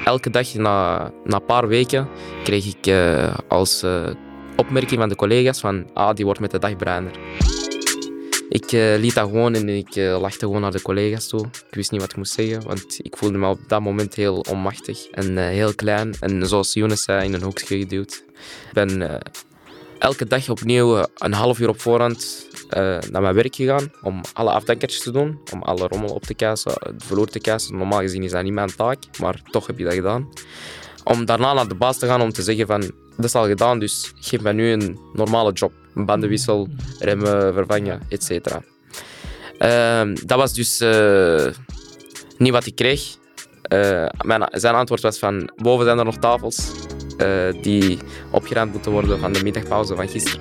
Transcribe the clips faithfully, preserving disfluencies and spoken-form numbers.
elke dag, na, na een paar weken, kreeg ik uh, als uh, opmerking van de collega's van ah, die wordt met de dag bruiner. Ik uh, liet dat gewoon en ik uh, lachte gewoon naar de collega's toe. Ik wist niet wat ik moest zeggen, want ik voelde me op dat moment heel onmachtig en uh, heel klein. En zoals Younes zei, in een hoekje geduwd. Ik ben uh, elke dag opnieuw uh, een half uur op voorhand uh, naar mijn werk gegaan om alle afdankertjes te doen, om alle rommel op te kuisen, de vloer te kuisen. Normaal gezien is dat niet mijn taak, maar toch heb je dat gedaan. Om daarna naar de baas te gaan om te zeggen van, dat is al gedaan, dus geef mij nu een normale job. Een bandenwissel, remmen, vervangen, et cetera. Uh, dat was dus uh, niet wat ik kreeg. Uh, mijn, zijn antwoord was van, boven zijn er nog tafels uh, die opgeruimd moeten worden van de middagpauze van gisteren.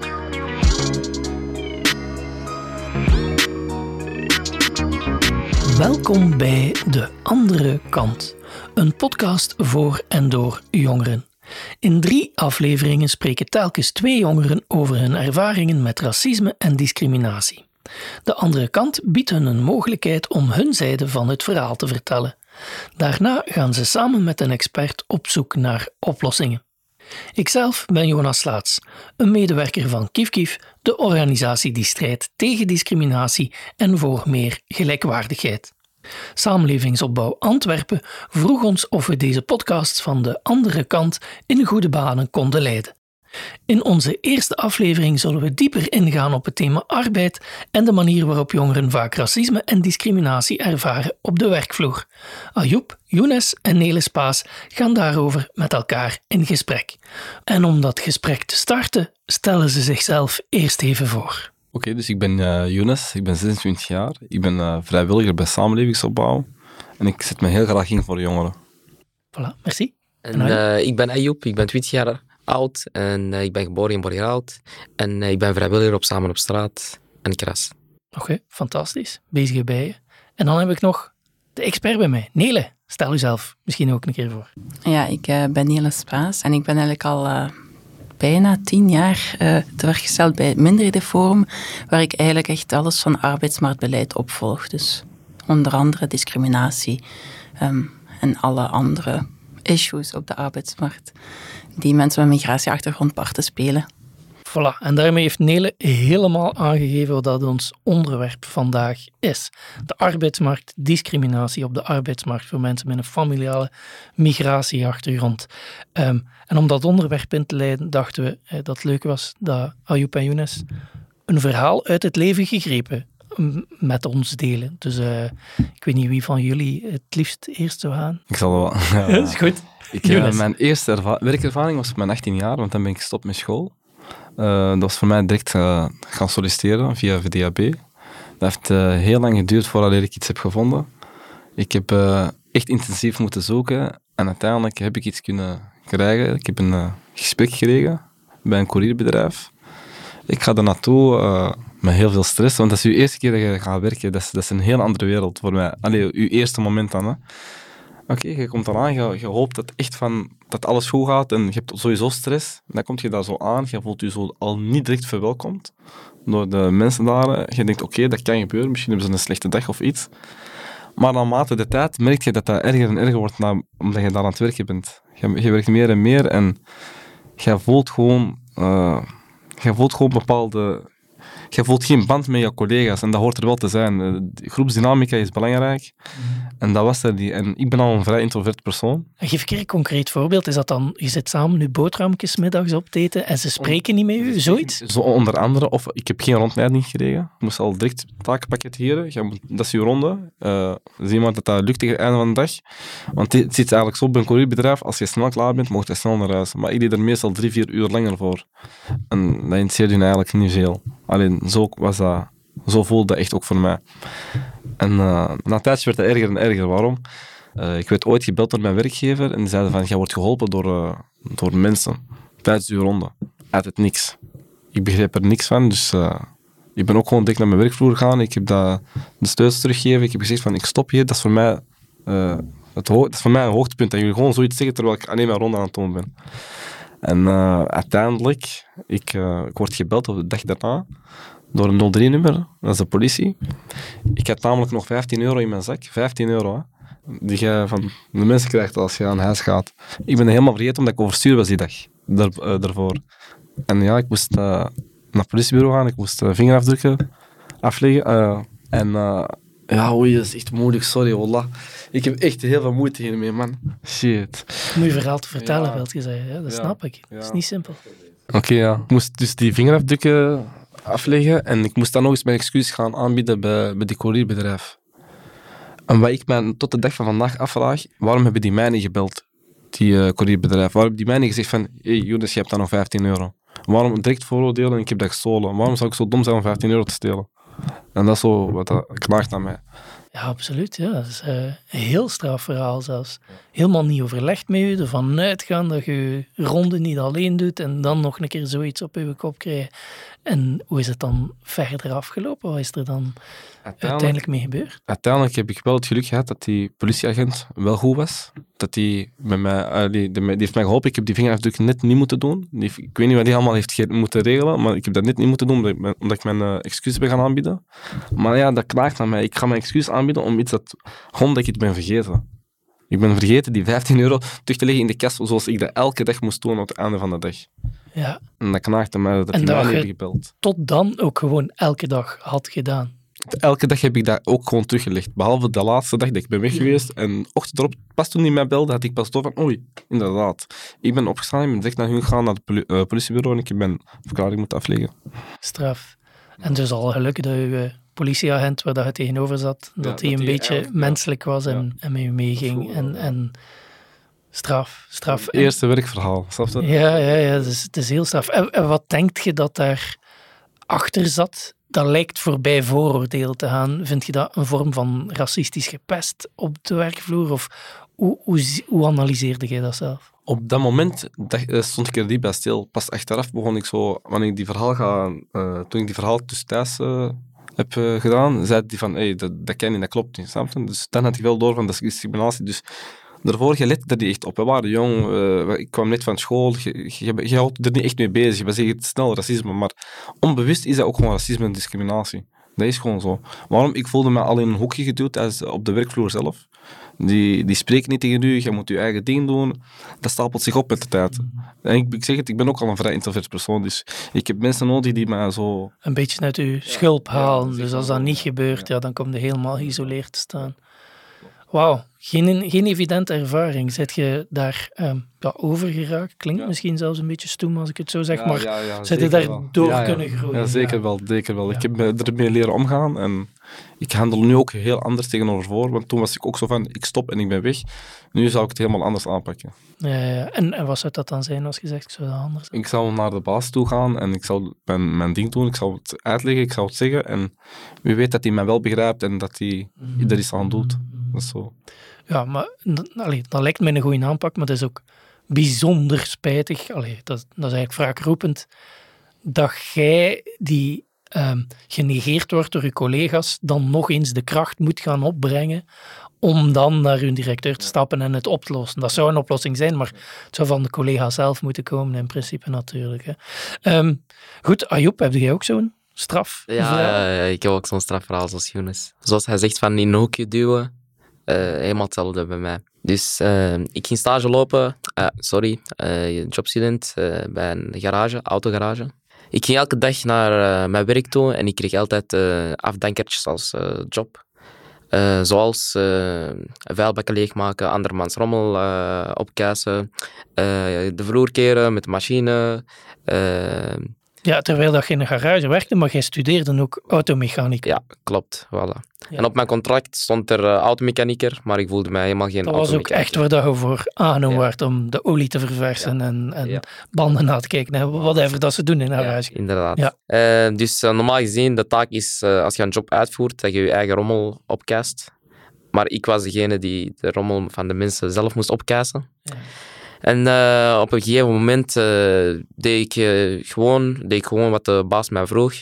Welkom bij De Andere Kant, een podcast voor en door jongeren. In drie afleveringen spreken telkens twee jongeren over hun ervaringen met racisme en discriminatie. De andere kant biedt hun een mogelijkheid om hun zijde van het verhaal te vertellen. Daarna gaan ze samen met een expert op zoek naar oplossingen. Ikzelf ben Jonas Laats, een medewerker van KIFKIF, de organisatie die strijdt tegen discriminatie en voor meer gelijkwaardigheid. Samenlevingsopbouw Antwerpen vroeg ons of we deze podcast van de andere kant in goede banen konden leiden. In onze eerste aflevering zullen we dieper ingaan op het thema arbeid en de manier waarop jongeren vaak racisme en discriminatie ervaren op de werkvloer. Ayoub, Younes en Nelis Paas gaan daarover met elkaar in gesprek. En om dat gesprek te starten, stellen ze zichzelf eerst even voor. Oké, okay, dus ik ben uh, Younes, ik ben zesentwintig jaar. Ik ben uh, vrijwilliger bij Samenlevingsopbouw. En ik zet me heel graag in voor jongeren. Voilà, merci. En, uh, ik ben Ayoub, ik ben twintig jaar oud en uh, ik ben geboren in Borgerhout. En uh, ik ben vrijwilliger op Samen op Straat en Kras. Oké, okay, fantastisch. Bezig bij je. En dan heb ik nog de expert bij mij, Nele. Stel uzelf misschien ook een keer voor. Ja, ik uh, ben Nelis Paas en ik ben eigenlijk al... Uh... bijna tien jaar uh, te werk gesteld bij het Minderhedenforum, waar ik eigenlijk echt alles van arbeidsmarktbeleid opvolg. Dus onder andere discriminatie um, en alle andere issues op de arbeidsmarkt die mensen met migratieachtergrond parten spelen. Voilà, en daarmee heeft Nele helemaal aangegeven wat dat ons onderwerp vandaag is. De arbeidsmarkt, discriminatie op de arbeidsmarkt voor mensen met een familiale migratieachtergrond. Um, en om dat onderwerp in te leiden, dachten we eh, dat het leuk was dat Ayoub en Younes een verhaal uit het leven gegrepen m- met ons delen. Dus uh, ik weet niet wie van jullie het liefst eerst zou gaan. Ik zal wel. Ja, dat is goed. Ik, uh, mijn eerste erva- werkervaring was op mijn achttien jaar, want dan ben ik gestopt met school. Uh, dat was voor mij direct uh, gaan solliciteren via V D A B. Dat heeft uh, heel lang geduurd voordat ik iets heb gevonden. Ik heb uh, echt intensief moeten zoeken en uiteindelijk heb ik iets kunnen krijgen. Ik heb een uh, gesprek gekregen bij een courierbedrijf. Ik ga er naartoe uh, met heel veel stress, want dat is uw eerste keer dat je gaat werken. Dat is, dat is een heel andere wereld voor mij. Allee, uw eerste moment dan. Hè. Oké, okay, je komt eraan, je, je hoopt dat, echt van, dat alles goed gaat en je hebt sowieso stress. Dan kom je daar zo aan, je voelt je zo al niet direct verwelkomd door de mensen daar. Je denkt, oké, okay, dat kan gebeuren, misschien hebben ze een slechte dag of iets. Maar naarmate de tijd merk je dat dat erger en erger wordt na, omdat je daar aan het werken bent. Je, je werkt meer en meer en je voelt gewoon, uh, je voelt gewoon bepaalde... Je voelt geen band met je collega's en dat hoort er wel te zijn. De groepsdynamica is belangrijk. Mm. En dat was er die. En ik ben al een vrij introvert persoon. En geef een concreet voorbeeld. Is dat dan, je zit samen nu boterhammetjes middags op te eten en ze spreken niet met u, zoiets? Zo onder andere, of ik heb geen rondleiding gekregen. Ik moest al direct taken pakketteren. Dat is je ronde. Uh, zie maar dat dat lukt tegen het einde van de dag. Want het zit eigenlijk zo bij een courierbedrijf. Als je snel klaar bent, mocht je snel naar huis. Maar ik deed er meestal drie, vier uur langer voor. En dat interesseerde je eigenlijk niet veel. Alleen zo was dat, zo voelde dat echt ook voor mij. En uh, na een tijdje werd het erger en erger. Waarom? Uh, ik werd ooit gebeld door mijn werkgever en die zeiden van, jij wordt geholpen door, uh, door mensen tijdens uw ronde. Uit het niks. Ik begreep er niks van, dus uh, ik ben ook gewoon direct naar mijn werkvloer gegaan. Ik heb dat, de sleutels teruggegeven. Ik heb gezegd van, ik stop hier. Dat is voor mij, uh, het ho- dat is voor mij een hoogtepunt. Dat jullie gewoon zoiets zeggen terwijl ik alleen mijn ronde aan het doen ben. En uh, uiteindelijk, ik, uh, ik word gebeld op de dag daarna door een nul drie nummer, dat is de politie. Ik had namelijk nog vijftien euro in mijn zak, vijftien euro. Hè. Die je van de mensen krijgt als je aan huis gaat. Ik ben helemaal vergeten omdat ik overstuur was die dag. Daar, uh, daarvoor. En ja, ik moest uh, naar het politiebureau gaan. Ik moest uh, vingerafdrukken afleggen. Uh, en uh, ja, oei, dat is echt moeilijk. Sorry, wallah. Ik heb echt heel veel moeite hiermee, man. Shit. Moet je verhaal te vertellen, Ja. wilt je zeggen. Ja, dat Ja. snap ik. Ja. Dat is niet simpel. Oké, okay, ja. Ik moest dus die vingerafdrukken afleggen. En ik moest dan nog eens mijn excuus gaan aanbieden bij, bij die courierbedrijf. En wat ik mij tot de dag van vandaag afvraag, waarom hebben die mij niet gebeld, die uh, courierbedrijf? Waarom hebben die mij niet gezegd van, hé hey, Younes, je hebt daar nog vijftien euro? Waarom direct vooroordelen en ik heb dat gestolen? Waarom zou ik zo dom zijn om vijftien euro te stelen? En dat is zo wat dat knaagt aan mij. Ja, absoluut. Ja. Dat is uh, een heel straf verhaal zelfs. Helemaal niet overlegd met je, ervan uitgaan dat je je ronde niet alleen doet en dan nog een keer zoiets op je kop krijgen. En hoe is het dan verder afgelopen? Wat is er dan uiteindelijk, uiteindelijk mee gebeurd? Uiteindelijk heb ik wel het geluk gehad dat die politieagent wel goed was. Dat die, met mij, uh, die, die, die heeft mij geholpen. Ik heb die vingerafdruk net niet moeten doen. Die, ik weet niet wat die allemaal heeft ge- moeten regelen, maar ik heb dat net niet moeten doen omdat ik, omdat ik mijn uh, excuus ben gaan aanbieden. Maar ja, dat knaagt aan mij. Ik ga mijn excuus aanbieden om iets dat, gewoon dat ik het ben vergeten. Ik ben vergeten die vijftien euro terug te leggen in de kast zoals ik dat elke dag moest doen op het einde van de dag. Ja. En dat knaagt aan mij dat hij mij niet heeft gebeld. Tot dan ook gewoon elke dag had gedaan. Elke dag heb ik dat ook gewoon teruggelegd. Behalve de laatste dag dat ik ben weg geweest. En ochtend erop, pas toen hij mij belde, had ik pas door van oei, inderdaad. Ik ben opgestaan, ik ben direct naar hun gegaan, naar het poli- uh, politiebureau en ik ben verklaring moeten afleggen. Straf. En dus al gelukkig dat je uh, politieagent waar dat je tegenover zat, dat hij ja, een beetje ja. menselijk was en, ja. en met je meeging. En, en straf, straf. Het eerste werkverhaal, snap je? Ja, ja, ja, het is, het is heel straf. En, en wat denk je dat daar achter zat? Dat lijkt voorbij vooroordelen te gaan. Vind je dat een vorm van racistisch gepest op de werkvloer? Of hoe, hoe, hoe analyseerde jij dat zelf? Op dat moment dacht, stond ik er niet bij stil. Pas achteraf begon ik zo, wanneer ik die verhaal ga, uh, toen ik die verhaal dus thuis uh, heb uh, gedaan, zei die van, hey, dat, dat ken je, dat klopt niet. Snap je? Dus dan had ik wel door van dat is discriminatie. Dus daarvoor, je let er niet echt op. We waren jong, uh, ik kwam net van school, je, je, je houdt er niet echt mee bezig. We zeggen het snel racisme, maar onbewust is dat ook gewoon racisme en discriminatie. Dat is gewoon zo. Waarom? Ik voelde me al in een hoekje geduwd als op de werkvloer zelf. Die, die spreken niet tegen u, je moet je eigen ding doen. Dat stapelt zich op met de tijd. En ik, ik zeg het, ik ben ook al een vrij introvert persoon, dus ik heb mensen nodig die mij zo... Een beetje uit uw schulp halen. Ja, dus als dat niet gebeurt, ja, dan kom je helemaal geïsoleerd te staan. Wauw, geen, geen evidente ervaring. Zet je daar um, ja, over geraakt? Klinkt ja. misschien zelfs een beetje stoem als ik het zo zeg, Ja, maar ja, ja, zet je daar wel. door ja, ja. kunnen groeien? Ja, zeker ja. wel. Zeker wel. Ja. Ik heb ermee leren omgaan en ik handel nu ook heel anders tegenover voor, want toen was ik ook zo van, ik stop en ik ben weg. Nu zou ik het helemaal anders aanpakken. Ja, ja. En, en wat zou dat dan zijn als je zegt, ik zou dat anders doen? Ik zou naar de baas toe gaan en ik zou mijn, mijn ding doen, ik zou het uitleggen, ik zou het zeggen en wie weet dat hij mij wel begrijpt en dat hij mm-hmm. er iets aan doet. Dat is zo. Ja, maar allee, dat lijkt mij een goede aanpak, maar dat is ook bijzonder spijtig. Allee, dat, dat is eigenlijk wraakroepend dat jij die um, genegeerd wordt door je collega's dan nog eens de kracht moet gaan opbrengen om dan naar hun directeur te stappen en het op te lossen. Dat zou een oplossing zijn, maar het zou van de collega zelf moeten komen in principe natuurlijk. Hè. Um, goed, Ayoub, heb jij ook zo'n straf? Ja, ja, ik heb ook zo'n strafverhaal zoals Younes. Zoals hij zegt, van in een hoekje duwen. Uh, helemaal hetzelfde bij mij. Dus uh, ik ging stage lopen, uh, sorry, uh, jobstudent uh, bij een garage, autogarage. Ik ging elke dag naar uh, mijn werk toe en ik kreeg altijd uh, afdankertjes als uh, job. Uh, zoals uh, vuilbakken leegmaken, andermans rommel uh, opkuisen, uh, de vloer keren met de machine. Uh, Ja, terwijl dat je in een garage werkte, maar jij studeerde ook automechanica. Ja, klopt. Voilà. Ja. En op mijn contract stond er uh, automechanieker, maar ik voelde mij helemaal geen automechanieker. Dat was ook echt waar dat je voor aangenomen ja. werd om de olie te verversen ja. en, en ja. banden na te kijken. Hè. Whatever dat ze doen in een garage. Ja, inderdaad. Ja. Uh, dus uh, normaal gezien, de taak is, uh, als je een job uitvoert, dat je je eigen rommel opkuist. Maar ik was degene die de rommel van de mensen zelf moest opkuisen. Ja. En uh, op een gegeven moment uh, deed, ik, uh, gewoon, deed ik gewoon wat de baas mij vroeg.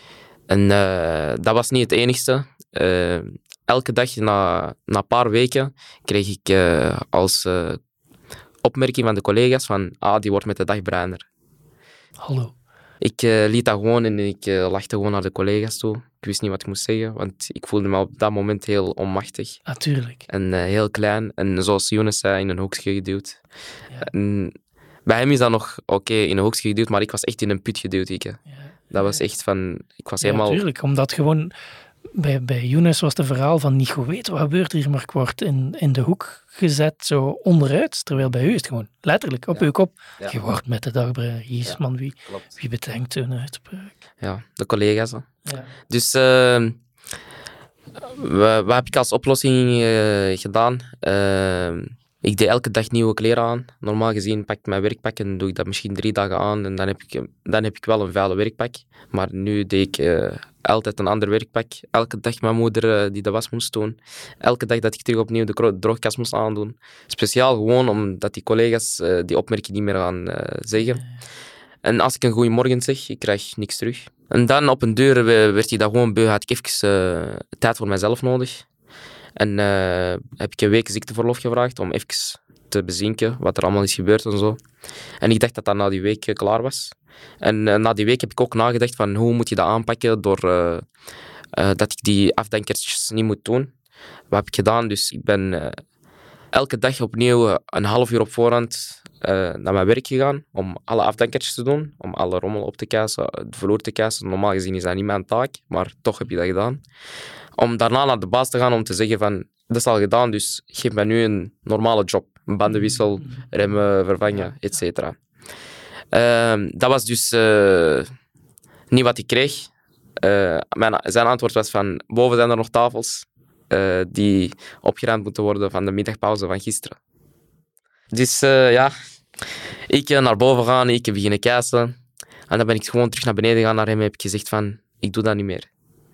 En uh, dat was niet het enigste. Uh, elke dag, na, na een paar weken, kreeg ik uh, als uh, opmerking van de collega's van ah, die wordt met de dag bruiner. Hallo. Ik uh, liet dat gewoon en ik uh, lachte gewoon naar de collega's toe. Ik wist niet wat ik moest zeggen, want ik voelde me op dat moment heel onmachtig. Natuurlijk. En uh, heel klein. En zoals Younes zei, in een hoekje geduwd. Ja. En bij hem is dat nog oké, okay, in een hoekje geduwd, maar ik was echt in een put geduwd. Ik, ja. Dat was echt van... Ik was ja, helemaal... Natuurlijk, omdat gewoon... Bij, bij Younes was het verhaal van niet goed weten wat gebeurt hier, maar ik word in, in de hoek gezet, zo onderuit. Terwijl bij u is het gewoon letterlijk op ja. uw kop. Ja. Je wordt met de dagbrenger. Jezus ja. man, wie, wie bedenkt zo'n uitspraak? Ja, de collega's. Ja. Dus uh, wat, wat heb ik als oplossing uh, gedaan? Uh, ik deed elke dag nieuwe kleren aan. Normaal gezien pak ik mijn werkpak en doe ik dat misschien drie dagen aan en dan heb ik, dan heb ik wel een vuile werkpak. Maar nu deed ik uh, altijd een ander werkpak. Elke dag mijn moeder uh, die de was moest doen. Elke dag dat ik terug opnieuw de droogkast moest aandoen. Speciaal gewoon omdat die collega's uh, die opmerking niet meer gaan uh, zeggen. En als ik een goeiemorgen zeg, ik krijg niks terug. En dan op een deur werd hij dat gewoon beu. Had ik even uh, tijd voor mezelf nodig. En uh, heb ik een week ziekteverlof gevraagd om even te bezinken wat er allemaal is gebeurd en zo. En ik dacht dat dat na die week uh, klaar was. En uh, na die week heb ik ook nagedacht van hoe moet je dat aanpakken door uh, uh, dat ik die afdankertjes niet moet doen. Wat heb ik gedaan? Dus ik ben uh, elke dag opnieuw uh, een half uur op voorhand uh, naar mijn werk gegaan om alle afdankertjes te doen, om alle rommel op te kuisen, de vloer te kuisen. Normaal gezien is dat niet mijn taak, maar toch heb je dat gedaan. Om daarna naar de baas te gaan om te zeggen van, dat is al gedaan, dus geef mij nu een normale job. Een bandenwissel, remmen, vervangen, et cetera. Uh, dat was dus uh, niet wat ik kreeg. Uh, mijn, zijn antwoord was van, boven zijn er nog tafels uh, die opgeruimd moeten worden van de middagpauze van gisteren. Dus uh, ja, ik uh, naar boven gaan, ik beginnen kuisen. En dan ben ik gewoon terug naar beneden gegaan naar hem en heb ik gezegd van, ik doe dat niet meer.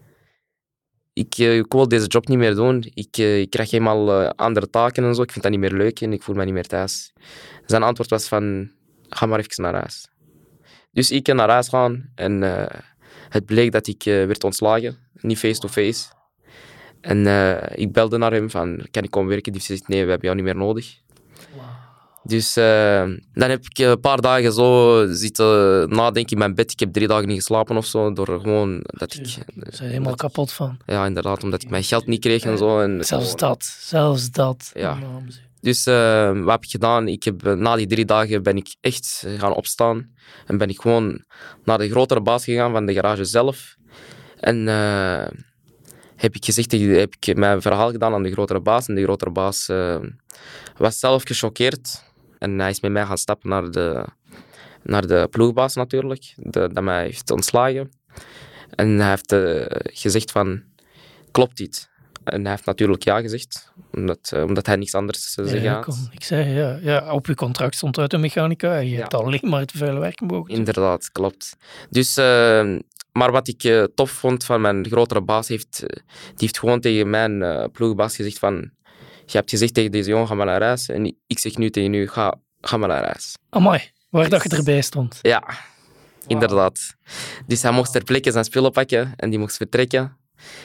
Ik, uh, ik wil deze job niet meer doen. Ik, uh, ik krijg helemaal uh, andere taken en zo. Ik vind dat niet meer leuk en ik voel me niet meer thuis. Zijn antwoord was van, ga maar even naar huis. Dus ik kan naar huis gaan en uh, het bleek dat ik uh, werd ontslagen. Niet face-to-face. En uh, ik belde naar hem van, kan ik komen werken? Die zei, nee, we hebben jou niet meer nodig. Dus uh, dan heb ik een paar dagen zo zitten nadenken in mijn bed. Ik heb drie dagen niet geslapen of zo. Door gewoon dat ik... Daar zijn helemaal dat, kapot van. Ja, inderdaad. Omdat ik mijn geld niet kreeg en zo. En zelfs gewoon, dat. Zelfs dat. Ja. Dus uh, wat heb ik gedaan? Ik heb, na die drie dagen ben ik echt gaan opstaan. En ben ik gewoon naar de grotere baas gegaan van de garage zelf. En uh, heb ik gezegd, heb ik mijn verhaal gedaan aan de grotere baas. En de grotere baas uh, was zelf gechoqueerd. En hij is met mij gaan stappen naar de, naar de ploegbaas natuurlijk, de, dat mij heeft ontslagen. En hij heeft uh, gezegd van, klopt dit? En hij heeft natuurlijk ja gezegd, omdat, uh, omdat hij niks anders te zeggen had. Ja, ik zei, ja, ja, op je contract stond automechanica en je ja. hebt alleen maar het vuile werk mogen doen. Inderdaad, klopt. Dus, uh, maar wat ik uh, tof vond van mijn grotere baas, heeft, uh, die heeft gewoon tegen mijn uh, ploegbaas gezegd van, je hebt gezegd tegen deze jongen, ga maar naar huis. En ik zeg nu tegen u, ga, ga maar naar huis. Amai, waar dat je erbij stond. Ja, wow. Inderdaad. Dus hij mocht ter plekke zijn spullen pakken en die mocht vertrekken.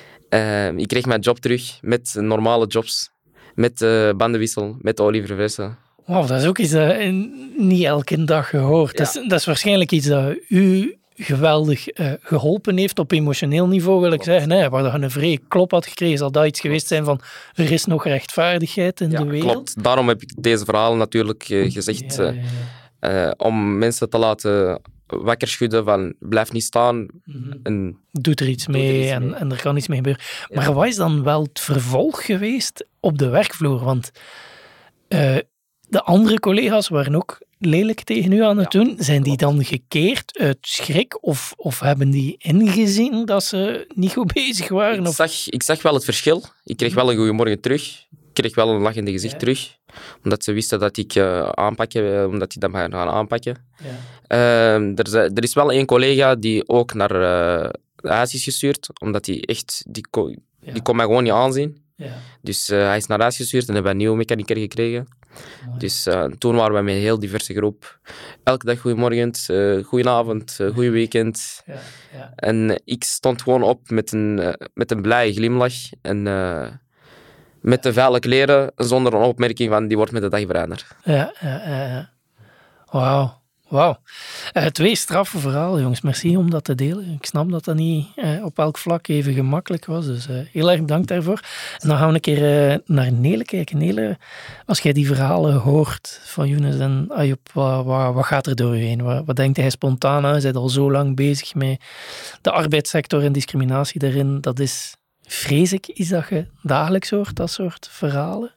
Uh, ik kreeg mijn job terug met normale jobs. Met uh, bandenwissel, met olie verversen. Wauw, dat is ook iets dat niet elke dag gehoord. Ja. Dat, is, dat is waarschijnlijk iets dat u geweldig uh, geholpen heeft op emotioneel niveau, wil ik zeggen. Hè? Waar je een vrije klop had gekregen, zal dat iets geweest zijn van er is nog rechtvaardigheid in ja, de wereld. Klopt. Daarom heb ik deze verhalen natuurlijk uh, gezegd. Ja, ja, ja. Uh, om mensen te laten wakker schudden van blijf niet staan. Mm-hmm. En doet er iets mee, er iets en, mee en er kan iets mee gebeuren. Ja. Maar wat is dan wel het vervolg geweest op de werkvloer? Want uh, de andere collega's waren ook lelijk tegen u aan het ja, doen. Zijn die dan gekeerd uit schrik? Of, of hebben die ingezien dat ze niet goed bezig waren? Ik, of? Zag, ik zag wel het verschil. Ik kreeg wel een goeiemorgen terug. Ik kreeg wel een lachende gezicht ja. terug. Omdat ze wisten dat ik uh, aanpakken, omdat die dat gaan aanpakken. Ja. Uh, er, er is wel één collega die ook naar uh, huis is gestuurd. Omdat hij echt... Die, ko, ja. die kon mij gewoon niet aanzien. Ja. Dus uh, hij is naar huis gestuurd en hebben we een nieuwe mechanieker gekregen. Mooi. Dus uh, toen waren we met een heel diverse groep. Elke dag goeiemorgen, uh, goedenavond, uh, goeie weekend. Ja, ja. En ik stond gewoon op met een, uh, met een blije glimlach. En uh, met de vuile kleren, zonder een opmerking van die wordt met de dag bruiner. Ja, ja, ja. ja. Wauw. Wauw. Uh, twee straffe verhalen, jongens. Merci om dat te delen. Ik snap dat dat niet uh, op elk vlak even gemakkelijk was. Dus uh, heel erg bedankt daarvoor. En dan gaan we een keer uh, naar Nele kijken. Nele, als jij die verhalen hoort van Younes en Ayoub, wat, wat, wat gaat er door je heen? Wat, wat denkt hij spontaan aan? Je bent al zo lang bezig met de arbeidssector en discriminatie daarin. Dat is, vrees ik, iets dat je dagelijks hoort, dat soort verhalen.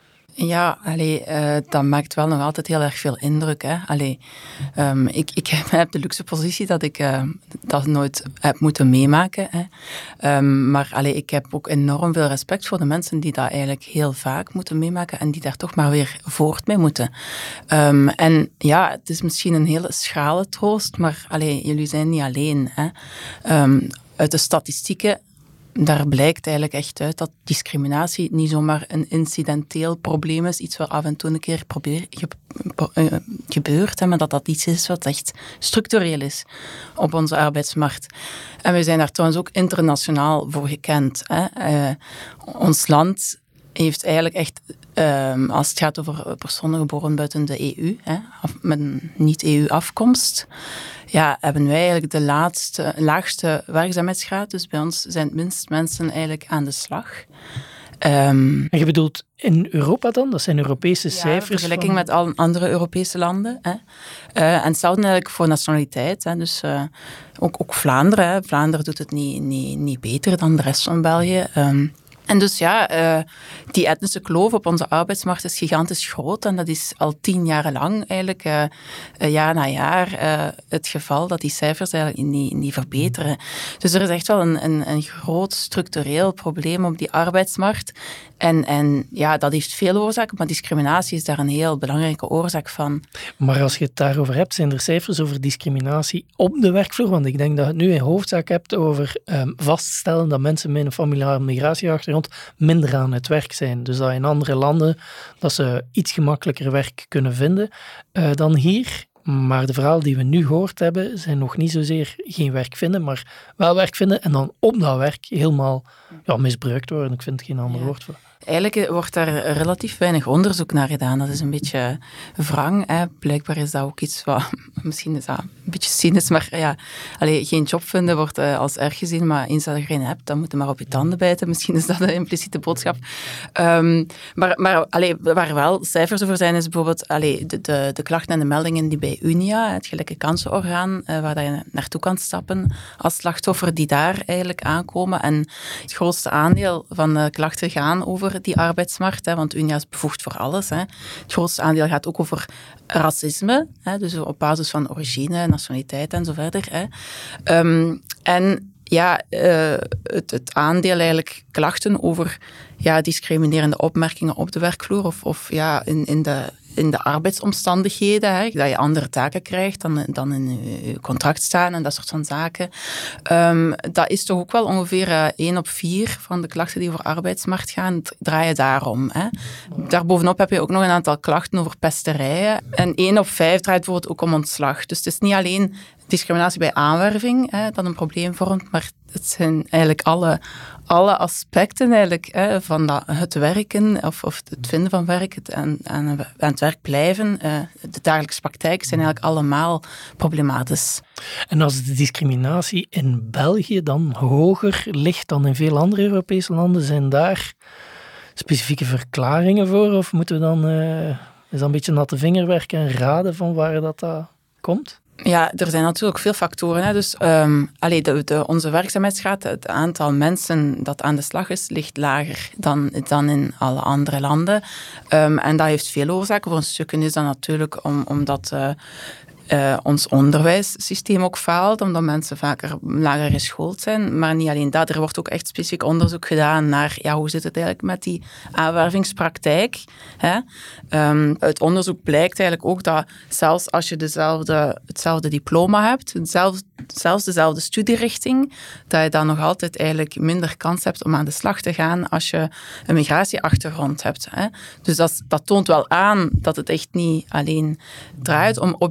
Ja, allee, uh, dat maakt wel nog altijd heel erg veel indruk. Hè. Allee, um, ik, ik heb de luxe positie dat ik uh, dat nooit heb moeten meemaken. Hè. Um, maar allee, ik heb ook enorm veel respect voor de mensen die dat eigenlijk heel vaak moeten meemaken en die daar toch maar weer voort mee moeten. Um, en ja, het is misschien een hele schrale troost, maar allee, jullie zijn niet alleen. Hè. Um, uit de statistieken daar blijkt eigenlijk echt uit dat discriminatie niet zomaar een incidenteel probleem is, iets wat af en toe een keer probeer, ge, uh, gebeurt, hè, maar dat dat iets is wat echt structureel is op onze arbeidsmarkt. En we zijn daar trouwens ook internationaal voor gekend. Hè. Uh, ons land heeft eigenlijk echt, um, als het gaat over personen geboren buiten de E U, hè, met een niet-E U-afkomst, ja, hebben wij eigenlijk de laatste, laagste werkzaamheidsgraad. Dus bij ons zijn het minst mensen eigenlijk aan de slag. Um, en je bedoelt in Europa dan? Dat zijn Europese ja, cijfers? in vergelijking van... met alle andere Europese landen. Hè. Uh, en hetzelfde eigenlijk voor nationaliteit. Hè. Dus uh, ook, ook Vlaanderen. Hè. Vlaanderen doet het niet, niet, niet beter dan de rest van België. Um, En dus ja, uh, die etnische kloof op onze arbeidsmarkt is gigantisch groot en dat is al tien jaar lang eigenlijk, uh, uh, jaar na jaar, uh, het geval dat die cijfers eigenlijk niet, niet verbeteren. Dus er is echt wel een, een, een groot structureel probleem op die arbeidsmarkt. En, en ja, dat heeft veel oorzaken, maar discriminatie is daar een heel belangrijke oorzaak van. Maar als je het daarover hebt, zijn er cijfers over discriminatie op de werkvloer? Want ik denk dat je het nu in hoofdzaak hebt over um, vaststellen dat mensen met een familiale migratieachtergrond minder aan het werk zijn. Dus dat in andere landen dat ze iets gemakkelijker werk kunnen vinden uh, dan hier. Maar de verhalen die we nu gehoord hebben, zijn nog niet zozeer geen werk vinden, maar wel werk vinden en dan op dat werk helemaal ja, misbruikt worden. Ik vind er geen ander ja. woord voor. Eigenlijk wordt daar relatief weinig onderzoek naar gedaan. Dat is een beetje wrang. Hè. Blijkbaar is dat ook iets wat... Misschien is dat een beetje cynisch, maar ja... Allee, geen job vinden wordt uh, als erg gezien, maar eens dat je geen hebt, dan moet je maar op je tanden bijten. Misschien is dat een impliciete boodschap. Um, maar maar allee, waar wel cijfers over zijn, is bijvoorbeeld allee, de, de, de klachten en de meldingen die bij Unia, het gelijke kansenorgaan, uh, waar je naartoe kan stappen als slachtoffer, die daar eigenlijk aankomen. En het grootste aandeel van de klachten gaan over die arbeidsmarkt, hè, want Unia is bevoegd voor alles. Hè. Het grootste aandeel gaat ook over racisme, hè, dus op basis van origine, nationaliteit en zo verder. Hè. Um, en ja, uh, het, het aandeel eigenlijk klachten over ja, discriminerende opmerkingen op de werkvloer of, of ja, in, in de in de arbeidsomstandigheden, hè, dat je andere taken krijgt dan, dan in je contract staan en dat soort van zaken. Um, dat is toch ook wel ongeveer uh, één op vier van de klachten die over arbeidsmarkt gaan, draaien daarom. Hè. Daarbovenop heb je ook nog een aantal klachten over pesterijen. En één op vijf draait bijvoorbeeld ook om ontslag. Dus het is niet alleen discriminatie bij aanwerving hè, dat een probleem vormt, maar het zijn eigenlijk alle, alle aspecten eigenlijk, hè, van dat, het werken of, of het vinden van werk, het aan, aan, aan het werk blijven, uh, de dagelijkse praktijk zijn eigenlijk allemaal problematisch. En als de discriminatie in België dan hoger ligt dan in veel andere Europese landen, zijn daar specifieke verklaringen voor? Of moeten we dan uh, is dat een beetje natte vingerwerk en raden van waar dat, dat komt? Ja, er zijn natuurlijk veel factoren. Hè. Dus um, allee, de, de, onze werkzaamheidsgraad, het aantal mensen dat aan de slag is, ligt lager dan, dan in alle andere landen. Um, en dat heeft veel oorzaken. Voor een stukje is dat natuurlijk om, omdat uh, uh, ons onderwijssysteem ook faalt, omdat mensen vaker lager geschoold zijn. Maar niet alleen dat, er wordt ook echt specifiek onderzoek gedaan naar ja, hoe zit het eigenlijk met die aanwervingspraktijk. Hè? Um, uit onderzoek blijkt eigenlijk ook dat zelfs als je dezelfde, hetzelfde diploma hebt, hetzelfde, zelfs dezelfde studierichting, dat je dan nog altijd eigenlijk minder kans hebt om aan de slag te gaan als je een migratieachtergrond hebt. Hè? Dus dat, dat toont wel aan dat het echt niet alleen draait om objectieve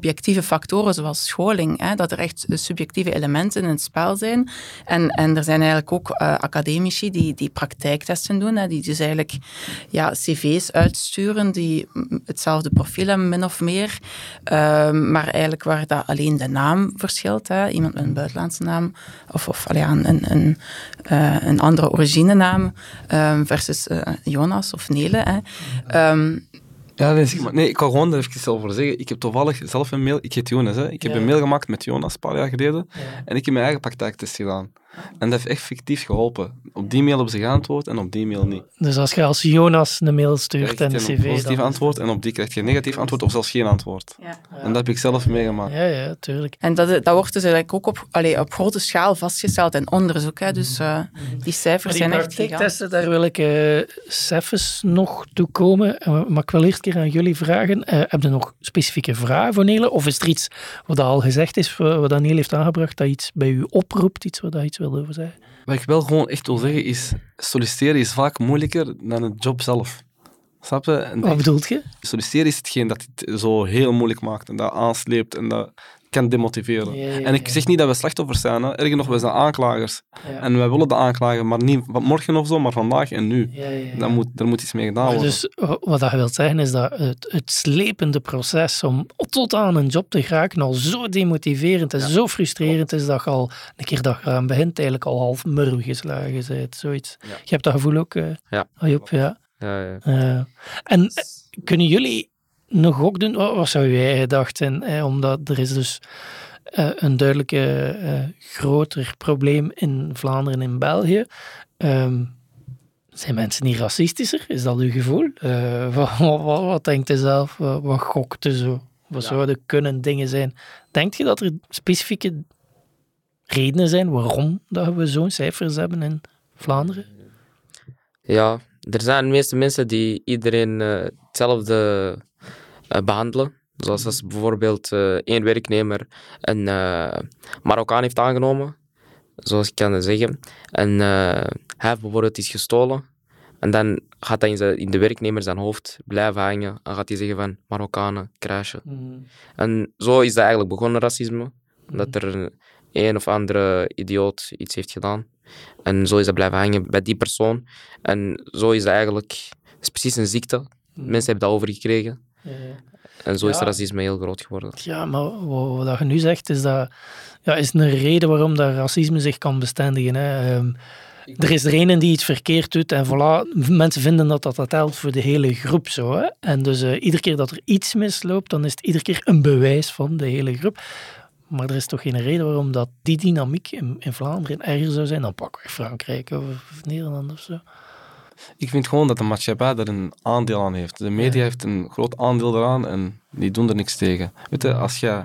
factoren zoals scholing, hè, dat er echt subjectieve elementen in het spel zijn. En, en er zijn eigenlijk ook uh, academici die, die praktijktesten doen, hè, die dus eigenlijk ja, cv's uitsturen die hetzelfde profiel hebben, min of meer. Uh, maar eigenlijk waar dat alleen de naam verschilt. Hè. Iemand met een buitenlandse naam of, of allee, een, een, een, uh, een andere originenaam uh, versus uh, Jonas of Nele. Hè. Um, Ja, nee, zeg maar. nee, ik kan gewoon er even over zeggen. Ik heb toevallig zelf een mail... Ik heet Jonas, hè. Ik heb ja. een mail gemaakt met Jonas een paar jaar geleden. Ja. En ik heb mijn eigen praktijktest gedaan. En dat heeft echt fictief geholpen. Op die mail hebben ze geantwoord en op die mail niet. Dus als je als Jonas een mail stuurt en een cv... een positief dan... antwoord en op die krijg je een negatief antwoord of zelfs geen antwoord. Ja. Ja. En dat heb ik zelf meegemaakt. Ja, ja, tuurlijk. En dat, dat wordt dus eigenlijk ook op, allee, op grote schaal vastgesteld in onderzoek. Hè. Dus uh, die cijfers die zijn echt gigantisch. Praktijktesten, daar wil ik uh, cijfers nog toe komen. Uh, maar ik wil eerst een keer aan jullie vragen. Uh, heb je nog specifieke vragen voor Nele? Of is er iets wat al gezegd is, wat Nele heeft aangebracht, dat iets bij u oproept, iets wat je iets wil over zeggen? Wat ik wel gewoon echt wil zeggen is, solliciteren is vaak moeilijker dan het job zelf. Snap je? En wat bedoelt je? Solliciteren is hetgeen dat het zo heel moeilijk maakt en dat aansleept en dat kan demotiveren. Ja, ja, ja. En ik zeg niet dat we slachtoffers zijn. Hè. Erger nog, we zijn aanklagers. Ja. En wij willen de aanklagen, maar niet morgen of zo, maar vandaag en nu. Ja, ja, ja. Daar moet, daar moet iets mee gedaan worden. Dus wat je wilt zeggen is dat het, het slepende proces om tot aan een job te geraken al zo demotiverend en ja. zo frustrerend is dat je al een keer dat je aan begint eigenlijk al half murw geslagen bent. Zoiets. Ja. Je hebt dat gevoel ook, uh, ja. Job? Ja. Ja, ja. Uh, en uh, kunnen jullie nog ook doen? Wat, wat zou jij gedacht zijn? Eh, omdat er is dus uh, een duidelijk uh, groter probleem in Vlaanderen en in België. Um, zijn mensen niet racistischer? Is dat uw gevoel? Uh, wat, wat, wat, wat denkt u zelf? Wat, wat gokt u zo? Wat ja. zouden kunnen dingen zijn? Denkt je dat er specifieke redenen zijn waarom dat we zo'n cijfers hebben in Vlaanderen? Ja, er zijn de meeste mensen die iedereen uh, hetzelfde uh, behandelen. Zoals als bijvoorbeeld uh, één werknemer een uh, Marokkaan heeft aangenomen, zoals ik kan zeggen. En uh, hij heeft bijvoorbeeld iets gestolen. En dan gaat dat in, zijn, in de werknemer zijn hoofd blijven hangen. En gaat hij zeggen van Marokkanen, crashen. Mm. En zo is dat eigenlijk begonnen, racisme. Mm. Dat er een, een of andere idioot iets heeft gedaan. En zo is dat blijven hangen bij die persoon. En zo is dat eigenlijk... Het is precies een ziekte. Mm. Mensen hebben dat overgekregen. Ja, ja. En zo is ja. racisme heel groot geworden. Ja, maar wat, wat je nu zegt, is dat... Ja, is een reden waarom dat racisme zich kan bestendigen. Hè. Um, er is er een die iets verkeerd doet en voilà, mensen vinden dat dat, dat helpt voor de hele groep. Zo, hè. En dus uh, iedere keer dat er iets misloopt, dan is het iedere keer een bewijs van de hele groep. Maar er is toch geen reden waarom dat die dynamiek in, in Vlaanderen erger zou zijn dan pakweg Frankrijk of, of Nederland of zo. Ik vind gewoon dat de maatschappij er een aandeel aan heeft. De media ja. heeft een groot aandeel eraan en die doen er niks tegen. Weet je, als je...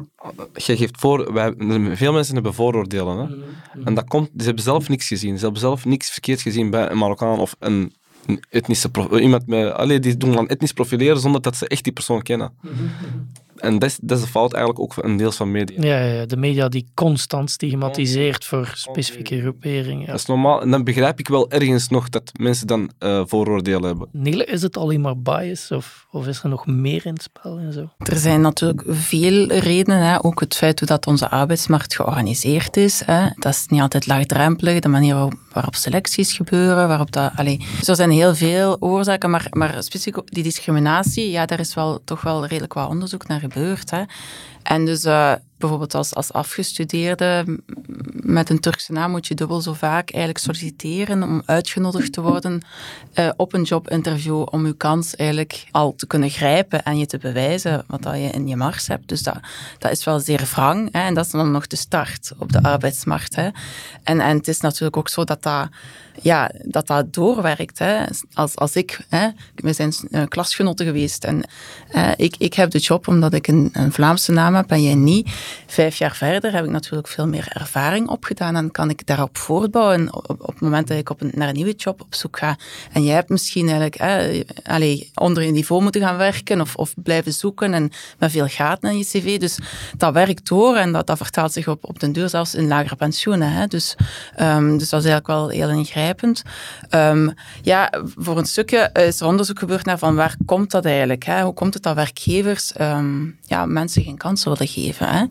Je geeft voor... Wij, veel mensen hebben vooroordelen. Hè? Mm-hmm. En dat komt... Ze hebben zelf niks gezien. Ze hebben zelf niks verkeerd gezien bij een Marokkaan of een, een etnische... Prof, iemand met... Allee, die doen dan etnisch profileren zonder dat ze echt die persoon kennen. Mm-hmm. En dat is, dat is de fout eigenlijk ook een deel van media. Ja, ja, de media die constant stigmatiseert voor specifieke groeperingen. Ja. Dat is normaal. En dan begrijp ik wel ergens nog dat mensen dan uh, vooroordelen hebben. Nele, is het alleen maar bias of, of is er nog meer in het spel en zo? Er zijn natuurlijk veel redenen. Hè. Ook het feit hoe dat onze arbeidsmarkt georganiseerd is. Hè. Dat is niet altijd laagdrempelig. De manier waarop, waarop selecties gebeuren. Waarop dat, allee. Dus er zijn heel veel oorzaken. Maar, maar specifiek die discriminatie, ja, daar is wel, toch wel redelijk wat onderzoek naar gebeurd. Hè. En dus uh, bijvoorbeeld als, als afgestudeerde met een Turkse naam moet je dubbel zo vaak eigenlijk solliciteren om uitgenodigd te worden uh, op een jobinterview om je kans eigenlijk al te kunnen grijpen en je te bewijzen wat dat je in je mars hebt. Dus dat, dat is wel zeer wrang. Hè. En dat is dan nog de start op de arbeidsmarkt. Hè. En, en het is natuurlijk ook zo dat dat, ja, dat, dat doorwerkt. Hè. Als, als ik, hè, we zijn uh, klasgenoten geweest en uh, ik, ik heb de job omdat ik een, een Vlaamse naam heb en jij niet. vijf jaar verder heb ik natuurlijk veel meer ervaring opgedaan en kan ik daarop voortbouwen op, op het moment dat ik op een, naar een nieuwe job op zoek ga. En jij hebt misschien eigenlijk eh, allez, onder je niveau moeten gaan werken of, of blijven zoeken en met veel gaten in je cv. Dus dat werkt door en dat, dat vertaalt zich op, op den duur zelfs in lagere pensioenen. Hè. Dus, um, dus dat is eigenlijk wel heel ingrijpend. Um, ja, voor een stukje is er onderzoek gebeurd naar van waar komt dat eigenlijk? Hè? Hoe komt het dat werkgevers um, ja, mensen geen kans willen geven? Hè?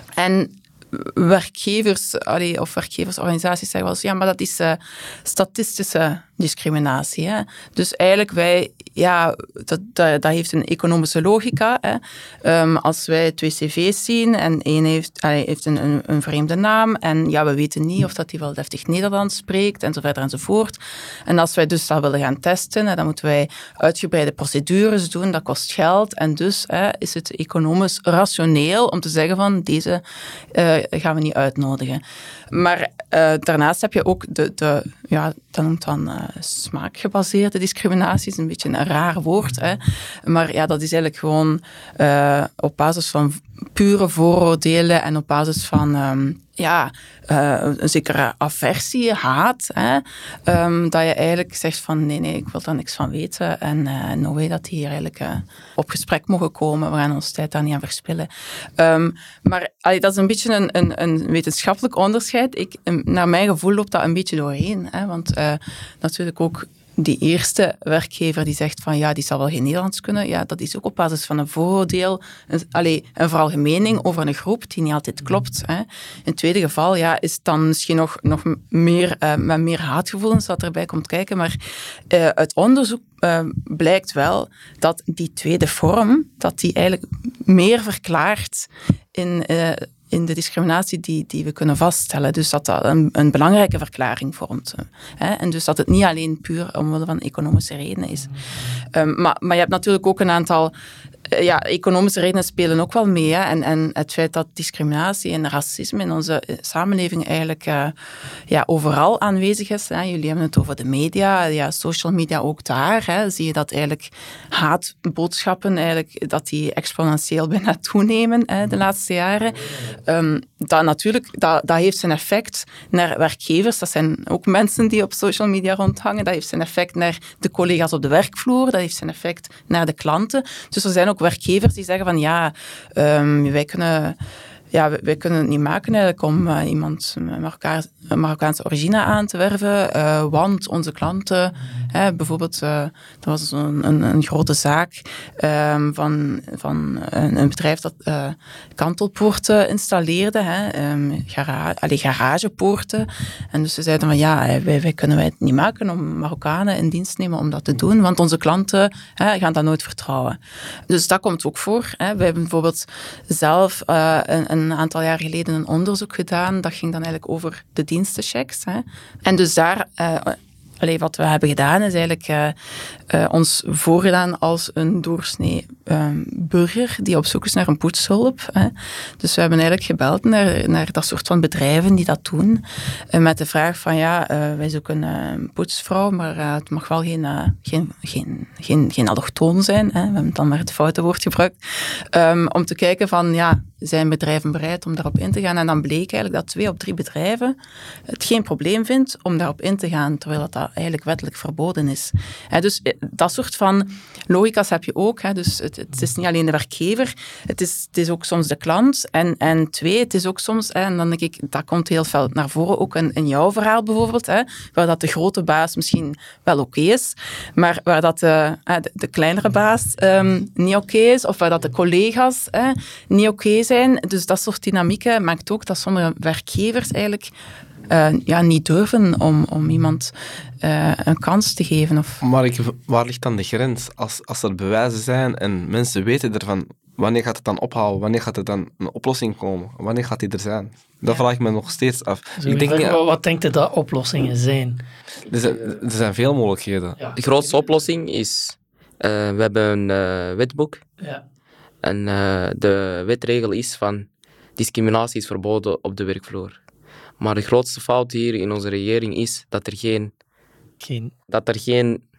En werkgevers allee, of werkgeversorganisaties zeggen wel eens, ja, maar dat is uh, statistische discriminatie. Hè? Dus eigenlijk wij, ja, dat, dat, dat heeft een economische logica. Hè? Um, als wij twee cv's zien en één heeft, allee, heeft een, een, een vreemde naam en ja, we weten niet of dat die wel deftig Nederlands spreekt en zo verder enzovoort. En als wij dus dat willen gaan testen, hè, dan moeten wij uitgebreide procedures doen, dat kost geld en dus hè, is het economisch rationeel om te zeggen van deze uh, gaan we niet uitnodigen. Maar uh, daarnaast heb je ook de, de ja, dat noemt dan uh, smaakgebaseerde discriminatie, is een beetje een raar woord, hè. Maar ja, dat is eigenlijk gewoon uh, op basis van pure vooroordelen en op basis van um, ja, uh, een zekere aversie, haat, hè, um, dat je eigenlijk zegt van nee, nee, ik wil daar niks van weten en uh, no way dat die hier eigenlijk uh, op gesprek mogen komen, we gaan onze tijd daar niet aan verspillen. Um, maar allee, dat is een beetje een, een, een wetenschappelijk onderscheid. Ik, naar mijn gevoel loopt dat een beetje doorheen, hè, want uh, natuurlijk ook die eerste werkgever die zegt van ja, die zal wel geen Nederlands kunnen, ja, dat is ook op basis van een vooroordeel, een, allee, een veralgemening over een groep die niet altijd klopt. Hè. In het tweede geval ja, is het dan misschien nog, nog meer, uh, met meer haatgevoelens dat erbij komt kijken, maar uh, uit onderzoek uh, blijkt wel dat die tweede vorm, dat die eigenlijk meer verklaart in... Uh, in de discriminatie die, die we kunnen vaststellen. Dus dat dat een, een belangrijke verklaring vormt. Hè? En dus dat het niet alleen puur omwille van economische redenen is. Um, maar, maar je hebt natuurlijk ook een aantal... Uh, ja, economische redenen spelen ook wel mee. Hè? En, en het feit dat discriminatie en racisme in onze samenleving eigenlijk uh, ja, overal aanwezig is. Hè? Jullie hebben het over de media, ja, social media ook daar. Hè? Zie je dat eigenlijk haatboodschappen, eigenlijk, dat die exponentieel bijna toenemen hè, de laatste jaren. Um, dat natuurlijk, dat, dat heeft zijn effect naar werkgevers. Dat zijn ook mensen die op social media rondhangen. Dat heeft zijn effect naar de collega's op de werkvloer. Dat heeft zijn effect naar de klanten. Dus er zijn ook werkgevers die zeggen van ja, um, wij kunnen... Ja, wij, wij kunnen het niet maken eigenlijk om uh, iemand met Marokkaans, Marokkaanse origine aan te werven, uh, want onze klanten, hè, bijvoorbeeld, uh, er was een, een, een grote zaak um, van, van een, een bedrijf dat uh, kantelpoorten installeerde, hè, um, gara- allee, garagepoorten. En dus ze zeiden van ja, wij, wij kunnen wij het niet maken om Marokkanen in dienst te nemen om dat te doen, want onze klanten hè, gaan dat nooit vertrouwen. Dus dat komt ook voor. Hè. Wij hebben bijvoorbeeld zelf uh, een, een een aantal jaar geleden een onderzoek gedaan. Dat ging dan eigenlijk over de dienstenchecks. Hè. En dus daar... Uh, Allee, wat we hebben gedaan is eigenlijk uh, uh, ons voorgedaan als een doorsnee uh, burger die op zoek is naar een poetshulp. Hè. Dus we hebben eigenlijk gebeld naar, naar dat soort van bedrijven die dat doen. Uh, met de vraag van ja, uh, wij zoeken een poetsvrouw, maar uh, het mag wel geen, uh, geen, geen, geen, geen allochtoon zijn. Hè. We hebben dan maar het foute woord gebruikt. Um, om te kijken van ja, zijn bedrijven bereid om daarop in te gaan? En dan bleek eigenlijk dat twee op drie bedrijven het geen probleem vindt om daarop in te gaan, terwijl dat, dat eigenlijk wettelijk verboden is. He, dus dat soort van logica's heb je ook. He. Dus het, het is niet alleen de werkgever, het is, het is ook soms de klant. En, en twee, het is ook soms, he, en dan denk ik, dat komt heel veel naar voren, ook in, in jouw verhaal bijvoorbeeld, he, waar dat de grote baas misschien wel oké okay is, maar waar dat de, de, de kleinere baas um, niet oké okay is, of waar dat de collega's he, niet oké okay zijn. Dus dat soort dynamieken maakt ook dat sommige werkgevers eigenlijk Uh, ja, niet durven om, om iemand uh, een kans te geven. Of... Maar ik, waar ligt dan de grens? Als, als er bewijzen zijn en mensen weten ervan, wanneer gaat het dan ophouden? Wanneer gaat er dan een oplossing komen? Wanneer gaat die er zijn? Dat ja. vraag ik me nog steeds af. Ik denk, vraag, ja, wat denkt u dat oplossingen zijn? Er zijn, er zijn veel mogelijkheden. Ja. De grootste oplossing is, uh, we hebben een uh, wetboek. Ja. En uh, de wetregel is van, discriminatie is verboden op de werkvloer. Maar de grootste fout hier in onze regering is dat er geen... geen... Dat er geen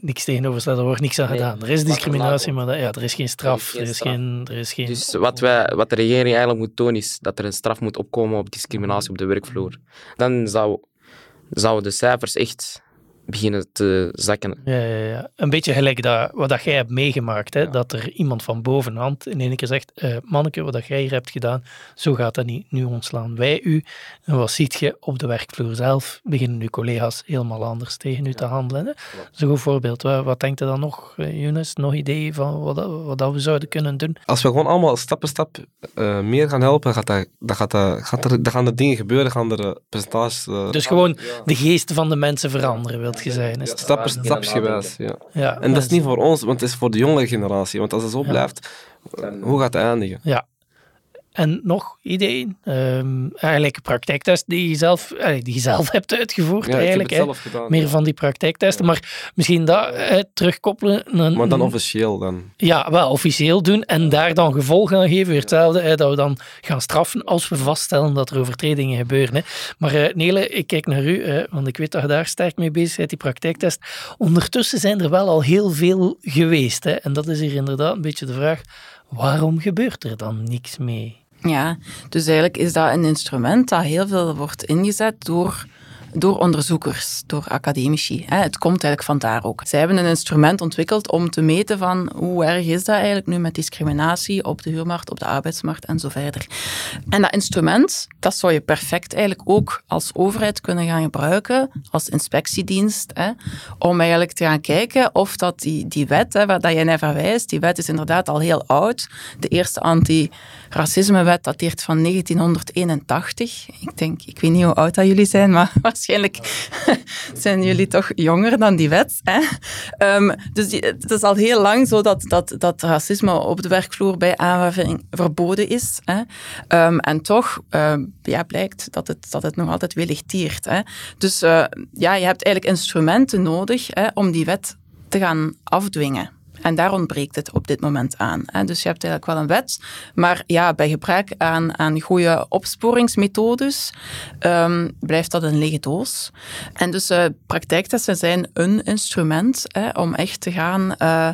niks tegenover staat, er wordt niks aan Nee, gedaan. Er is wat er discriminatie, later maar dat, ja, er is geen straf. Er Er is is geen geen... Er is geen Dus wat, wij, wat de regering eigenlijk moet doen, is dat er een straf moet opkomen op discriminatie op de werkvloer. Dan zou, zouden de cijfers echt beginnen te zakken. Ja, ja, ja. Een beetje gelijk dat, wat dat jij hebt meegemaakt. Hè? Ja. Dat er iemand van bovenhand in één keer zegt, uh, manneke, wat dat jij hier hebt gedaan, zo gaat dat niet. Nu ontslaan wij u. En wat ziet je op de werkvloer zelf? Beginnen uw collega's helemaal anders tegen u te handelen. Hè? Ja. Dat is een goed voorbeeld. Wat, wat denkt u dan nog, Younes? Nog ideeën van wat, dat, wat dat we zouden kunnen doen? Als we gewoon allemaal stap per stap uh, meer gaan helpen, gaat dat, dat gaat dat, gaat er, dan gaan er dingen gebeuren, gaan er uh, percentages... Uh, dus gewoon ja. de geest van de mensen veranderen, wilt je zijn. Ja, stap, stapsgewijs, ja. ja. En dat is niet voor ons, want het is voor de jongere generatie. Want als het zo ja. blijft, hoe gaat het eindigen? Ja. En nog ideeën? Um, eigenlijk een praktijktest die je zelf, die je zelf hebt uitgevoerd. Ja, eigenlijk, ik heb het zelf gedaan. Meer ja. van die praktijktesten. Ja. Maar misschien dat eh, terugkoppelen. Een, maar dan officieel dan? Ja, wel officieel doen. En daar dan gevolg aan geven. Weer hetzelfde, hè, dat we dan gaan straffen als we vaststellen dat er overtredingen gebeuren. Hè. Maar uh, Nele, ik kijk naar u, hè, want ik weet dat je daar sterk mee bezig bent, die praktijktest. Ondertussen zijn er wel al heel veel geweest. Hè. En dat is hier inderdaad een beetje de vraag. Waarom gebeurt er dan niks mee? Ja, dus eigenlijk is dat een instrument dat heel veel wordt ingezet door, door onderzoekers, door academici. Het komt eigenlijk vandaar ook. Zij hebben een instrument ontwikkeld om te meten van hoe erg is dat eigenlijk nu met discriminatie op de huurmarkt, op de arbeidsmarkt en zo verder. En dat instrument, dat zou je perfect eigenlijk ook als overheid kunnen gaan gebruiken, als inspectiedienst, hè, om eigenlijk te gaan kijken of dat die, die wet, hè, waar dat jij naar verwijst, die wet is inderdaad al heel oud. De eerste anti-racismewet dateert van negentienhonderdeenentachtig. Ik denk, ik weet niet hoe oud dat jullie zijn, maar waarschijnlijk zijn jullie toch jonger dan die wet. Hè? Um, dus die, het is al heel lang zo dat, dat, dat racisme op de werkvloer bij aanwerving verboden is. Hè? Um, en toch um, ja, blijkt dat het, dat het nog altijd willig tiert. Hè? Dus uh, ja, je hebt eigenlijk instrumenten nodig hè, om die wet te gaan afdwingen. En daar ontbreekt het op dit moment aan. Hè. Dus je hebt eigenlijk wel een wet, maar ja, bij gebrek aan, aan goede opsporingsmethodes um, blijft dat een lege doos. En dus uh, praktijktesten zijn een instrument hè, om echt te gaan uh,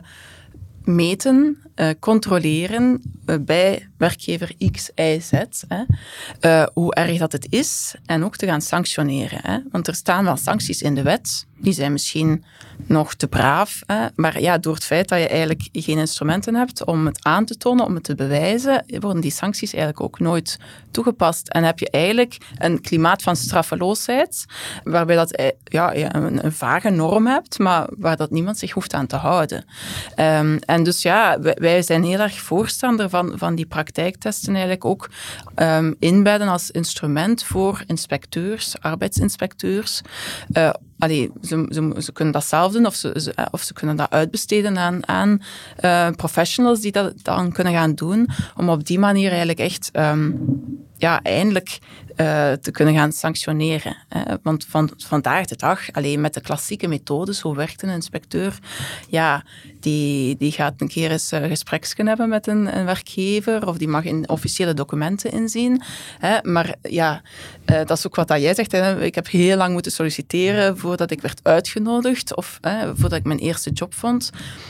meten, uh, controleren uh, bij werkgever X, Y, Z, hè, uh, hoe erg dat het is en ook te gaan sanctioneren. Hè. Want er staan wel sancties in de wet, die zijn misschien nog te braaf, hè, maar ja, door het feit dat je eigenlijk geen instrumenten hebt om het aan te tonen, om het te bewijzen, worden die sancties eigenlijk ook nooit toegepast. En heb je eigenlijk een klimaat van straffeloosheid, waarbij dat, ja, je een, een vage norm hebt, maar waar dat niemand zich hoeft aan te houden. Um, en dus ja, wij, wij zijn heel erg voorstander van, van die praktijktesten eigenlijk ook um, inbedden als instrument voor inspecteurs, arbeidsinspecteurs. Uh, allee, ze, ze, ze kunnen dat zelf doen of ze, ze, of ze kunnen dat uitbesteden aan, aan uh, professionals die dat dan kunnen gaan doen, om op die manier eigenlijk echt um, ja, eindelijk uh, te kunnen gaan sanctioneren. Hè. Want van, vandaag de dag, alleen met de klassieke methodes, hoe werkt een inspecteur? Ja, die, die gaat een keer eens een gespreksje hebben met een, een werkgever, of die mag in officiële documenten inzien. Hè. Maar ja, uh, dat is ook wat dat jij zegt. Hè. Ik heb heel lang moeten solliciteren voordat ik werd uitgenodigd, of hè, voordat ik mijn eerste job vond.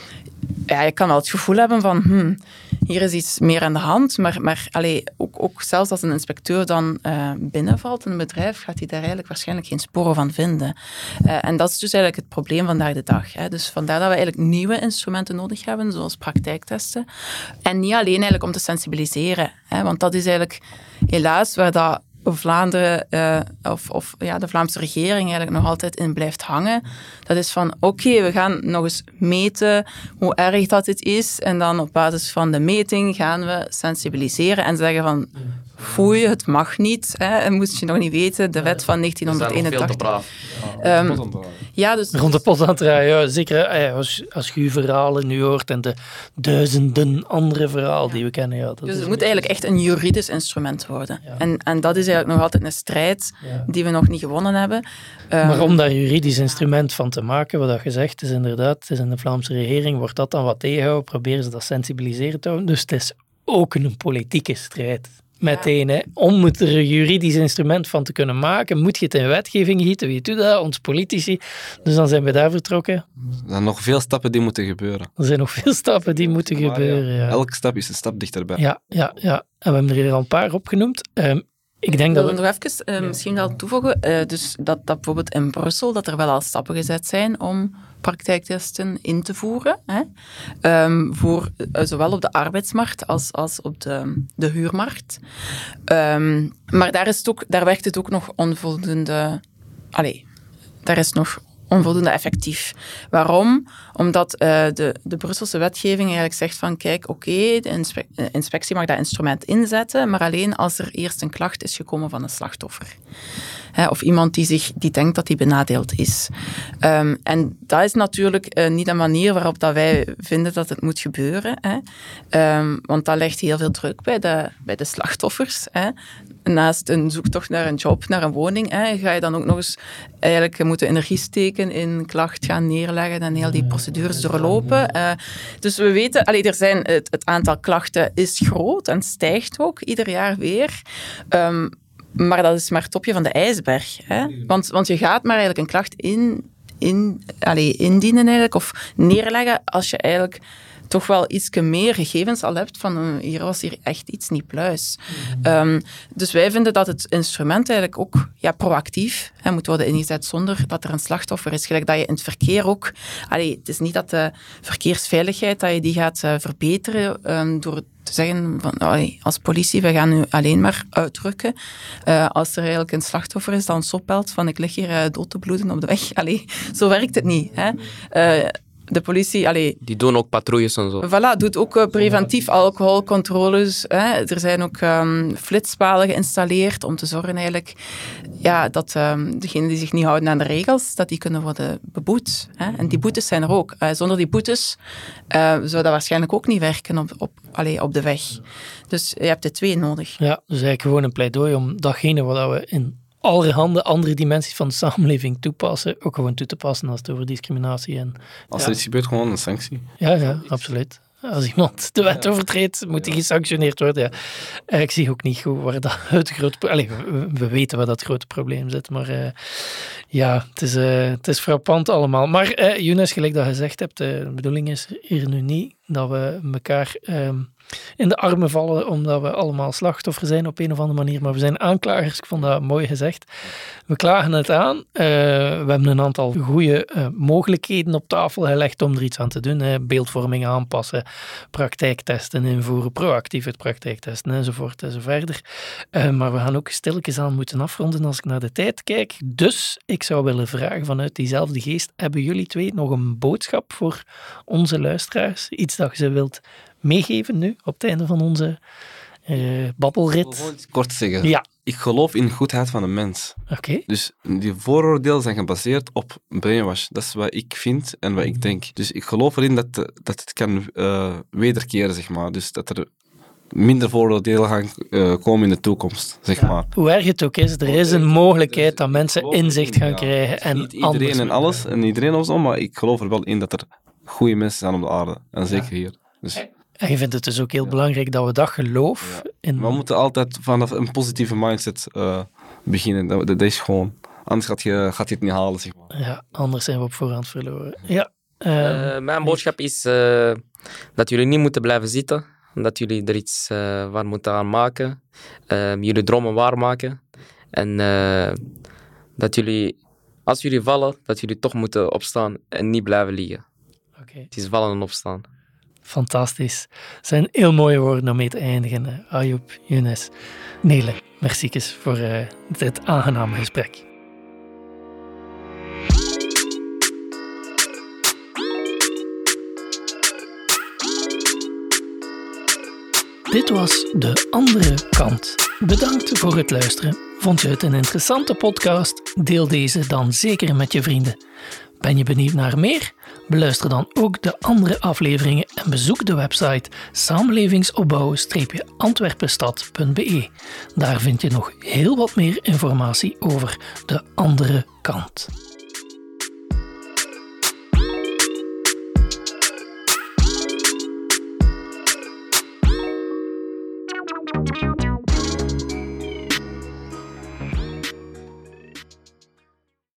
Ja, je kan wel het gevoel hebben van, hmm, hier is iets meer aan de hand, maar, maar allee, ook, ook zelfs als een inspecteur dan uh, binnenvalt in een bedrijf, gaat hij daar eigenlijk waarschijnlijk geen sporen van vinden. Uh, en dat is dus eigenlijk het probleem vandaag de dag. Hè. Dus vandaar dat we eigenlijk nieuwe instrumenten nodig hebben, zoals praktijktesten. En niet alleen eigenlijk om te sensibiliseren, hè, want dat is eigenlijk helaas waar dat Vlaanderen uh, of, of ja, de Vlaamse regering eigenlijk nog altijd in blijft hangen. Dat is van, oké, okay, we gaan nog eens meten hoe erg dat het is en dan op basis van de meting gaan we sensibiliseren en zeggen van, foei, het mag niet. Hè. En moest je nog niet weten, de wet van negentienhonderdeenentachtig. Ja, um, ja, dus, Rond de pot aan het draaien, ja, zeker als, als je uw verhalen nu hoort en de duizenden andere verhalen ja. die we kennen. Ja, dat dus is het moet eigenlijk echt een juridisch instrument worden. Ja. En, en dat is eigenlijk nog altijd een strijd ja. die we nog niet gewonnen hebben. Um, maar om daar juridisch instrument van te maken, wat je zegt, is inderdaad, het is in de Vlaamse regering, wordt dat dan wat tegenhouden, proberen ze dat sensibiliseren te houden. Dus het is ook een politieke strijd. meteen. Hè. Om er een juridisch instrument van te kunnen maken, moet je het in wetgeving gieten. Wie doet dat? Ons politici. Dus dan zijn we daar vertrokken. Er zijn nog veel stappen die moeten gebeuren. Er zijn nog veel stappen die moeten Maar gebeuren. ja, Ja. elke stap is een stap dichterbij. Ja, ja, ja. En we hebben er hier al een paar opgenoemd. Um, Ik denk dat wil we... nog even uh, misschien wel toevoegen, uh, dus dat, dat bijvoorbeeld in Brussel, dat er wel al stappen gezet zijn om praktijktesten in te voeren, hè? Um, voor, uh, zowel op de arbeidsmarkt als, als op de, de huurmarkt. Um, maar daar, is het ook, daar werkt het ook nog onvoldoende... Allee, daar is nog onvoldoende effectief. Waarom? Omdat uh, de, de Brusselse wetgeving eigenlijk zegt van kijk, oké, okay, de inspe- de inspectie mag dat instrument inzetten, maar alleen als er eerst een klacht is gekomen van een slachtoffer. Hè, of iemand die, zich, die denkt dat hij benadeeld is. Um, en dat is natuurlijk uh, niet de manier waarop dat wij vinden dat het moet gebeuren. Hè. Um, want dat legt heel veel druk bij de, bij de slachtoffers. Hè. Naast een zoektocht naar een job, naar een woning, hè, ga je dan ook nog eens eigenlijk moeten energie steken in klacht gaan neerleggen en heel die procedures doorlopen. Uh, dus we weten, allee, er zijn, het, het aantal klachten is groot en stijgt ook ieder jaar weer. Um, maar dat is maar het topje van de ijsberg. Hè? Want, want je gaat maar eigenlijk een klacht in, in, allee, indienen eigenlijk, of neerleggen als je eigenlijk toch wel iets meer gegevens al hebt van uh, hier was hier echt iets niet pluis. Mm-hmm. Um, dus wij vinden dat het instrument eigenlijk ook ja, proactief hè, moet worden ingezet zonder dat er een slachtoffer is. Gelijk dat je in het verkeer ook... Allee, het is niet dat de verkeersveiligheid dat je die gaat uh, verbeteren um, door te zeggen van allee, als politie, we gaan nu alleen maar uitrukken. Uh, als er eigenlijk een slachtoffer is dat ons opbelt van ik lig hier uh, dood te bloeden op de weg. Allee, zo werkt het niet. Hè. Uh, De politie, allee... Die doen ook patrouilles en zo. Voilà, doet ook uh, preventief alcoholcontroles. Hè. Er zijn ook um, flitspalen geïnstalleerd om te zorgen eigenlijk, ja, dat um, degenen die zich niet houden aan de regels, dat die kunnen worden beboet. Hè. En die boetes zijn er ook. Uh, zonder die boetes uh, zou dat waarschijnlijk ook niet werken op, op, allee, op de weg. Dus je hebt de twee nodig. Ja, dus eigenlijk gewoon een pleidooi om datgene wat we in allerhande andere dimensies van de samenleving toepassen, ook gewoon toe te passen als het over discriminatie en... Als ja. er iets gebeurt, gewoon een sanctie. Ja, ja, absoluut. Als iemand de wet overtreedt, moet hij gesanctioneerd worden. Ja. Ik zie ook niet goed waar dat het grote probleem... We, we weten waar dat grote probleem zit, maar uh, ja, het is, uh, het is frappant allemaal. Maar uh, Younes, gelijk dat je gezegd hebt, uh, de bedoeling is hier nu niet dat we elkaar um, in de armen vallen omdat we allemaal slachtoffer zijn op een of andere manier, maar we zijn aanklagers. Ik vond dat mooi gezegd. We klagen het aan. Uh, we hebben een aantal goede uh, mogelijkheden op tafel gelegd om er iets aan te doen. Hè. Beeldvorming aanpassen, praktijktesten invoeren, proactief het praktijktesten enzovoort enzoverder. Uh, maar we gaan ook stilletjes aan moeten afronden als ik naar de tijd kijk. Dus ik zou willen vragen vanuit diezelfde geest, hebben jullie twee nog een boodschap voor onze luisteraars? Iets dat je ze wilt meegeven nu, op het einde van onze uh, babbelrit? Kort zeggen. Ja. Ik geloof in de goedheid van de mens. Oké. Okay. Dus die vooroordelen zijn gebaseerd op brainwash. Dat is wat ik vind en wat ik denk. Dus ik geloof erin dat, dat het kan uh, wederkeren, zeg maar. Dus dat er minder vooroordelen gaan uh, komen in de toekomst, zeg ja. maar. Hoe erg het ook is, er is een mogelijkheid dat mensen inzicht gaan krijgen. En niet iedereen en alles en iedereen of zo, maar ik geloof er wel in dat er goede mensen zijn op de aarde. En zeker hier. Dus... En je vindt het dus ook heel ja. belangrijk dat we dat geloof... Ja. In... We moeten altijd vanaf een positieve mindset uh, beginnen. Dat, dat is gewoon... Anders gaat je, gaat je het niet halen, zeg maar. Ja, anders zijn we op voorhand verloren. Ja. Uh, uh, mijn boodschap is uh, dat jullie niet moeten blijven zitten. Dat jullie er iets uh, van moeten aan maken. Uh, jullie dromen waarmaken. En uh, dat jullie, als jullie vallen, dat jullie toch moeten opstaan en niet blijven liggen. Okay. Het is vallen en opstaan. Fantastisch. Het zijn heel mooie woorden om mee te eindigen. Ayoub, Younes, Nele, merci voor uh, dit aangename gesprek. Dit was De Andere Kant. Bedankt voor het luisteren. Vond je het een interessante podcast? Deel deze dan zeker met je vrienden. Ben je benieuwd naar meer? Beluister dan ook de andere afleveringen en bezoek de website samenlevingsopbouw antwerpenstad punt b e. Daar vind je nog heel wat meer informatie over De Andere Kant.